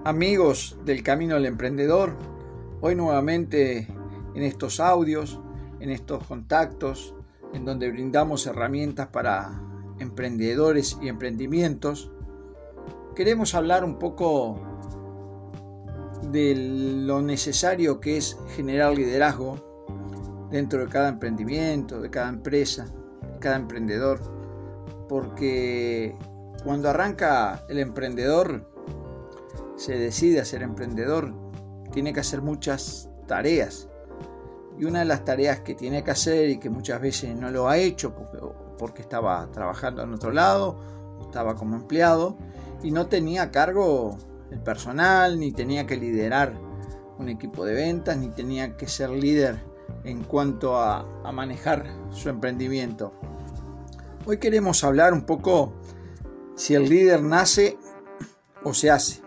Amigos del Camino del Emprendedor, hoy nuevamente en estos audios, en estos contactos, en donde brindamos herramientas para emprendedores y emprendimientos, queremos hablar un poco de lo necesario que es generar liderazgo dentro de cada emprendimiento, de cada empresa, de cada emprendedor, porque cuando arranca el emprendedor, se decide a ser emprendedor, tiene que hacer muchas tareas. Y una de las tareas que tiene que hacer y que muchas veces no lo ha hecho porque estaba trabajando en otro lado, estaba como empleado y no tenía a cargo el personal, ni tenía que liderar un equipo de ventas, ni tenía que ser líder en cuanto a manejar su emprendimiento. Hoy queremos hablar un poco si el líder nace o se hace.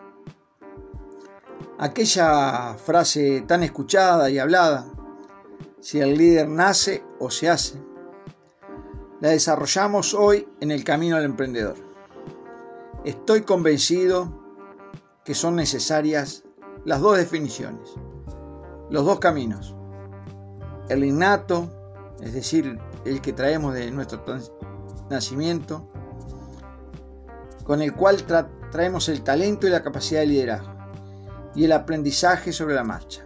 Aquella frase tan escuchada y hablada, si el líder nace o se hace, la desarrollamos hoy en el Camino del Emprendedor. Estoy convencido que son necesarias las dos definiciones, los dos caminos. El innato, es decir, el que traemos de nuestro nacimiento, con el cual traemos el talento y la capacidad de liderazgo, y el aprendizaje sobre la marcha.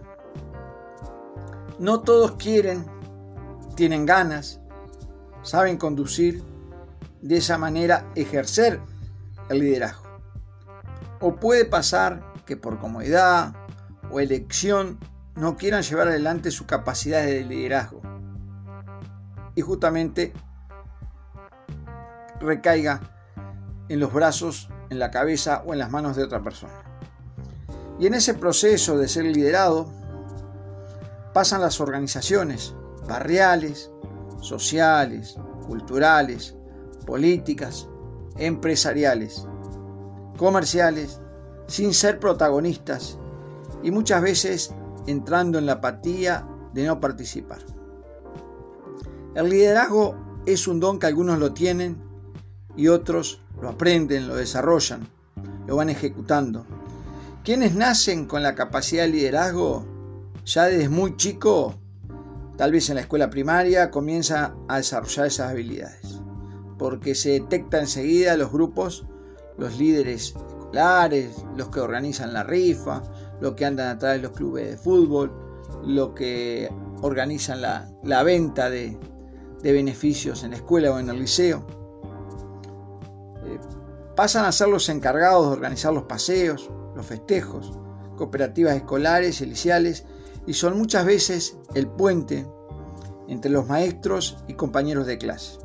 No todos tienen ganas, saben conducir, de esa manera ejercer el liderazgo. O puede pasar que por comodidad o elección no quieran llevar adelante su capacidad de liderazgo y justamente recaiga en los brazos, en la cabeza o en las manos de otra persona. Y en ese proceso de ser liderado pasan las organizaciones barriales, sociales, culturales, políticas, empresariales, comerciales, sin ser protagonistas y muchas veces entrando en la apatía de no participar. El liderazgo es un don que algunos lo tienen y otros lo aprenden, lo desarrollan, lo van ejecutando. Quienes nacen con la capacidad de liderazgo, ya desde muy chico, tal vez en la escuela primaria, comienza a desarrollar esas habilidades, porque se detecta enseguida los grupos, los líderes escolares, los que organizan la rifa, los que andan atrás de los clubes de fútbol, los que organizan la venta de beneficios en la escuela o en el liceo. Pasan a ser los encargados de organizar los paseos, los festejos, cooperativas escolares y liciales, y son muchas veces el puente entre los maestros y compañeros de clase.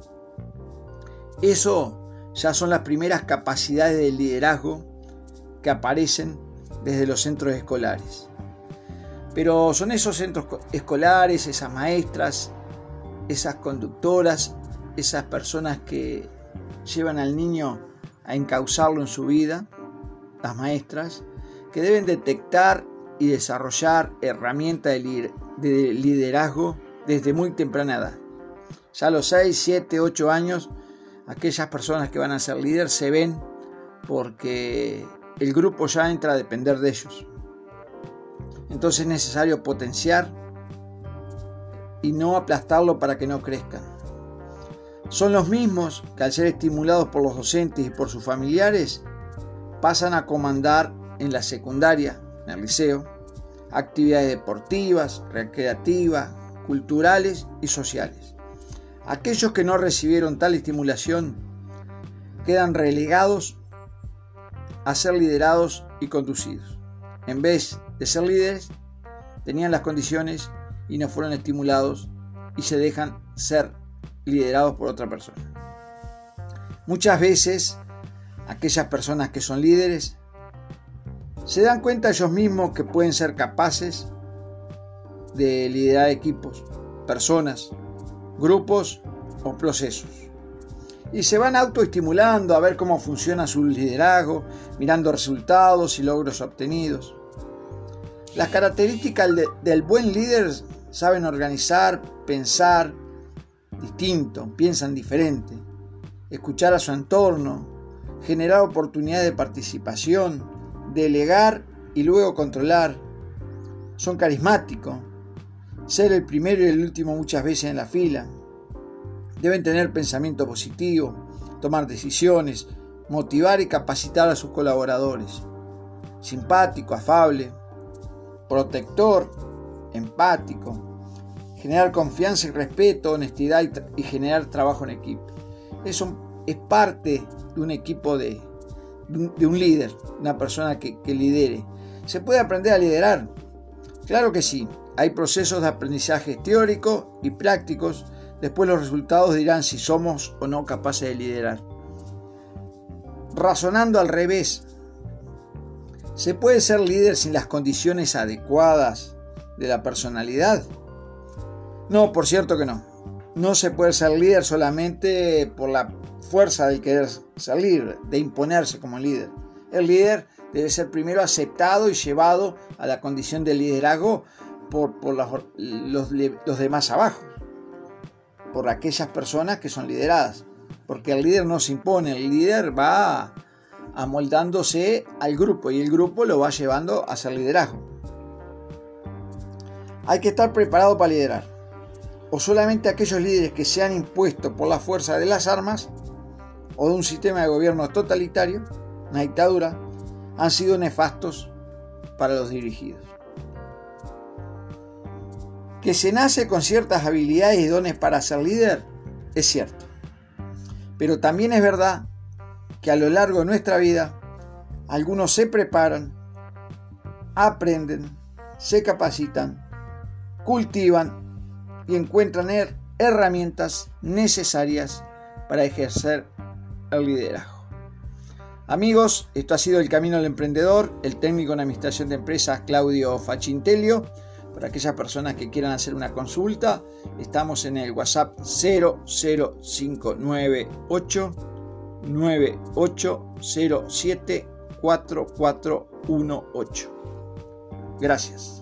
Eso ya son las primeras capacidades de liderazgo que aparecen desde los centros escolares. Pero son esos centros escolares, esas maestras, esas conductoras, esas personas que llevan al niño a encauzarlo en su vida, las maestras, que deben detectar y desarrollar herramientas de liderazgo desde muy temprana edad. Ya a los 6, 7, 8 años, aquellas personas que van a ser líderes se ven porque el grupo ya entra a depender de ellos. Entonces es necesario potenciar y no aplastarlo para que no crezcan. Son los mismos que al ser estimulados por los docentes y por sus familiares, pasan a comandar en la secundaria, en el liceo, actividades deportivas, recreativas, culturales y sociales. Aquellos que no recibieron tal estimulación quedan relegados a ser liderados y conducidos. En vez de ser líderes, tenían las condiciones y no fueron estimulados y se dejan ser liderados por otra persona. Muchas veces aquellas personas que son líderes se dan cuenta ellos mismos que pueden ser capaces de liderar equipos, personas, grupos o procesos. Y se van autoestimulando a ver cómo funciona su liderazgo, mirando resultados y logros obtenidos. Las características del buen líder: saben organizar, pensar distinto, piensan diferente, escuchar a su entorno, generar oportunidades de participación, delegar y luego controlar. Son carismáticos. Ser el primero y el último muchas veces en la fila. Deben tener pensamiento positivo, tomar decisiones, motivar y capacitar a sus colaboradores. Simpático, afable, protector, empático. Generar confianza y respeto, honestidad y generar trabajo en equipo. Eso es parte de un equipo de un líder, una persona que lidere. ¿Se puede aprender a liderar? Claro que sí. Hay procesos de aprendizaje teórico y prácticos. Después los resultados dirán si somos o no capaces de liderar. Razonando al revés, ¿se puede ser líder sin las condiciones adecuadas de la personalidad? No, por cierto que no. No se puede ser líder solamente por la fuerza del querer ser líder, de imponerse como líder. El líder debe ser primero aceptado y llevado a la condición de liderazgo por los demás abajo, por aquellas personas que son lideradas. Porque el líder no se impone, el líder va amoldándose al grupo y el grupo lo va llevando a ser liderazgo. Hay que estar preparado para liderar. O solamente aquellos líderes que se han impuesto por la fuerza de las armas o de un sistema de gobierno totalitario, una dictadura, han sido nefastos para los dirigidos. Que se nace con ciertas habilidades y dones para ser líder, es cierto. Pero también es verdad que a lo largo de nuestra vida, algunos se preparan, aprenden, se capacitan, cultivan y encuentran herramientas necesarias para ejercer el liderazgo. Amigos, esto ha sido El Camino del Emprendedor, el técnico en administración de empresas Claudio Fachintelio. Para aquellas personas que quieran hacer una consulta, estamos en el WhatsApp 00598 9807 4418. Gracias.